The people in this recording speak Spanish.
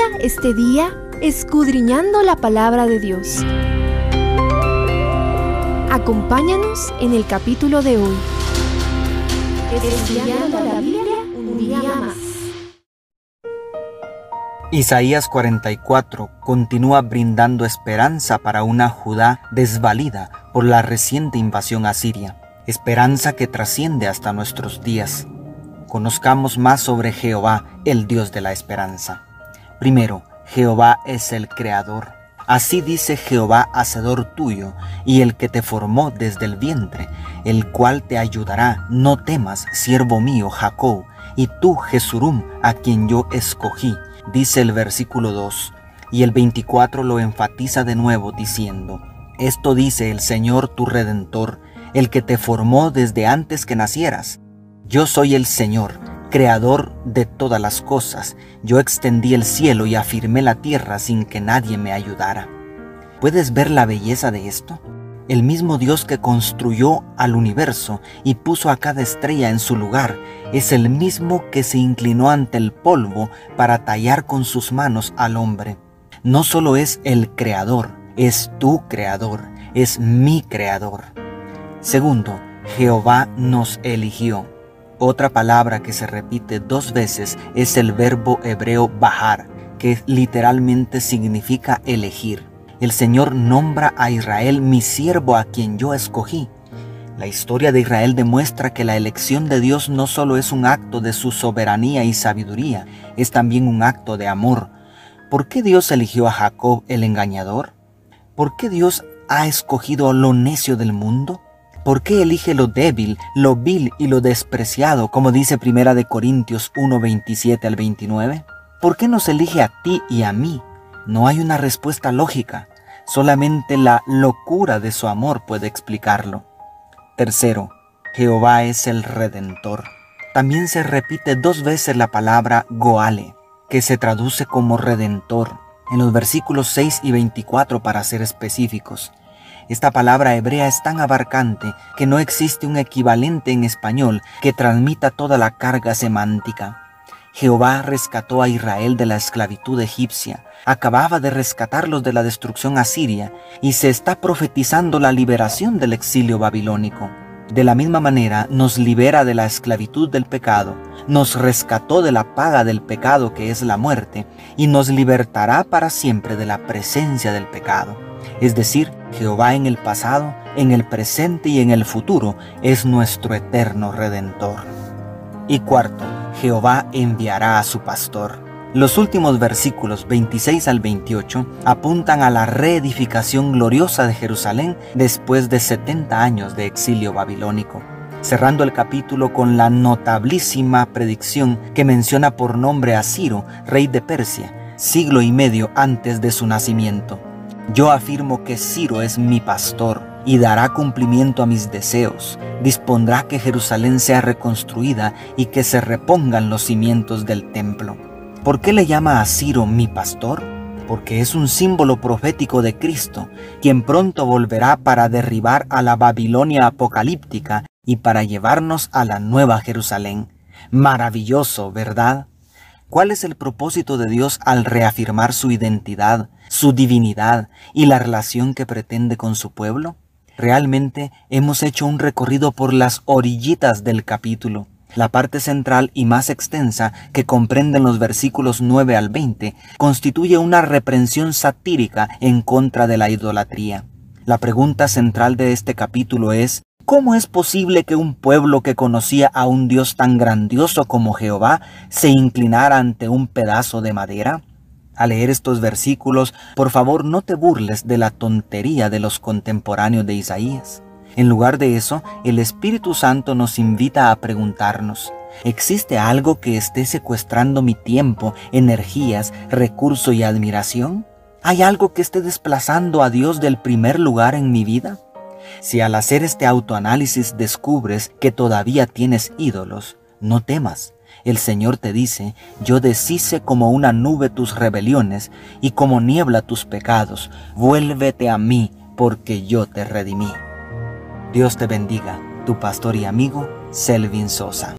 este día escudriñando la palabra de Dios. Acompáñanos en el capítulo de hoy. Estudiando la Biblia un día más. Isaías 44 continúa brindando esperanza para una Judá desvalida por la reciente invasión asiria, esperanza que trasciende hasta nuestros días. Conozcamos más sobre Jehová, el Dios de la esperanza. Primero, Jehová es el Creador. Así dice Jehová, hacedor tuyo, y el que te formó desde el vientre, el cual te ayudará. No temas, siervo mío, Jacob, y tú, Jesurum, a quien yo escogí, dice el versículo 2. Y el 24 lo enfatiza de nuevo diciendo: esto dice el Señor tu Redentor, el que te formó desde antes que nacieras. Yo soy el Señor, creador de todas las cosas. Yo extendí el cielo y afirmé la tierra sin que nadie me ayudara. ¿Puedes ver la belleza de esto? El mismo Dios que construyó al universo y puso a cada estrella en su lugar, es el mismo que se inclinó ante el polvo para tallar con sus manos al hombre. No solo es el Creador, es tu Creador, es mi Creador. Segundo, Jehová nos eligió. Otra palabra que se repite 2 veces es el verbo hebreo bahar, que literalmente significa elegir. El Señor nombra a Israel mi siervo a quien yo escogí. La historia de Israel demuestra que la elección de Dios no solo es un acto de su soberanía y sabiduría, es también un acto de amor. ¿Por qué Dios eligió a Jacob el engañador? ¿Por qué Dios ha escogido lo necio del mundo? ¿Por qué elige lo débil, lo vil y lo despreciado, como dice 1 Corintios 1, 27 al 29? ¿Por qué nos elige a ti y a mí? No hay una respuesta lógica, solamente la locura de su amor puede explicarlo. Tercero, Jehová es el Redentor. También se repite 2 veces la palabra Goale, que se traduce como Redentor, en los versículos 6 y 24 para ser específicos. Esta palabra hebrea es tan abarcante que no existe un equivalente en español que transmita toda la carga semántica. Jehová rescató a Israel de la esclavitud egipcia, acababa de rescatarlos de la destrucción asiria y se está profetizando la liberación del exilio babilónico. De la misma manera nos libera de la esclavitud del pecado, nos rescató de la paga del pecado que es la muerte y nos libertará para siempre de la presencia del pecado. Es decir, Jehová en el pasado, en el presente y en el futuro es nuestro eterno Redentor. Y cuarto, Jehová enviará a su pastor. Los últimos versículos 26 al 28 apuntan a la reedificación gloriosa de Jerusalén después de 70 años de exilio babilónico, cerrando el capítulo con la notabilísima predicción que menciona por nombre a Ciro, rey de Persia, siglo y medio antes de su nacimiento. Yo afirmo que Ciro es mi pastor y dará cumplimiento a mis deseos. Dispondrá que Jerusalén sea reconstruida y que se repongan los cimientos del templo. ¿Por qué le llama a Ciro mi pastor? Porque es un símbolo profético de Cristo, quien pronto volverá para derribar a la Babilonia apocalíptica y para llevarnos a la nueva Jerusalén. Maravilloso, ¿verdad? ¿Cuál es el propósito de Dios al reafirmar su identidad, su divinidad y la relación que pretende con su pueblo? Realmente hemos hecho un recorrido por las orillitas del capítulo. La parte central y más extensa, que comprenden los versículos 9 al 20, constituye una reprensión satírica en contra de la idolatría. La pregunta central de este capítulo es: ¿cómo es posible que un pueblo que conocía a un Dios tan grandioso como Jehová se inclinara ante un pedazo de madera? Al leer estos versículos, por favor no te burles de la tontería de los contemporáneos de Isaías. En lugar de eso, el Espíritu Santo nos invita a preguntarnos: ¿existe algo que esté secuestrando mi tiempo, energías, recursos y admiración? ¿Hay algo que esté desplazando a Dios del primer lugar en mi vida? Si al hacer este autoanálisis descubres que todavía tienes ídolos, no temas. El Señor te dice: yo deshice como una nube tus rebeliones y como niebla tus pecados. Vuélvete a mí, porque yo te redimí. Dios te bendiga, tu pastor y amigo, Selvin Sosa.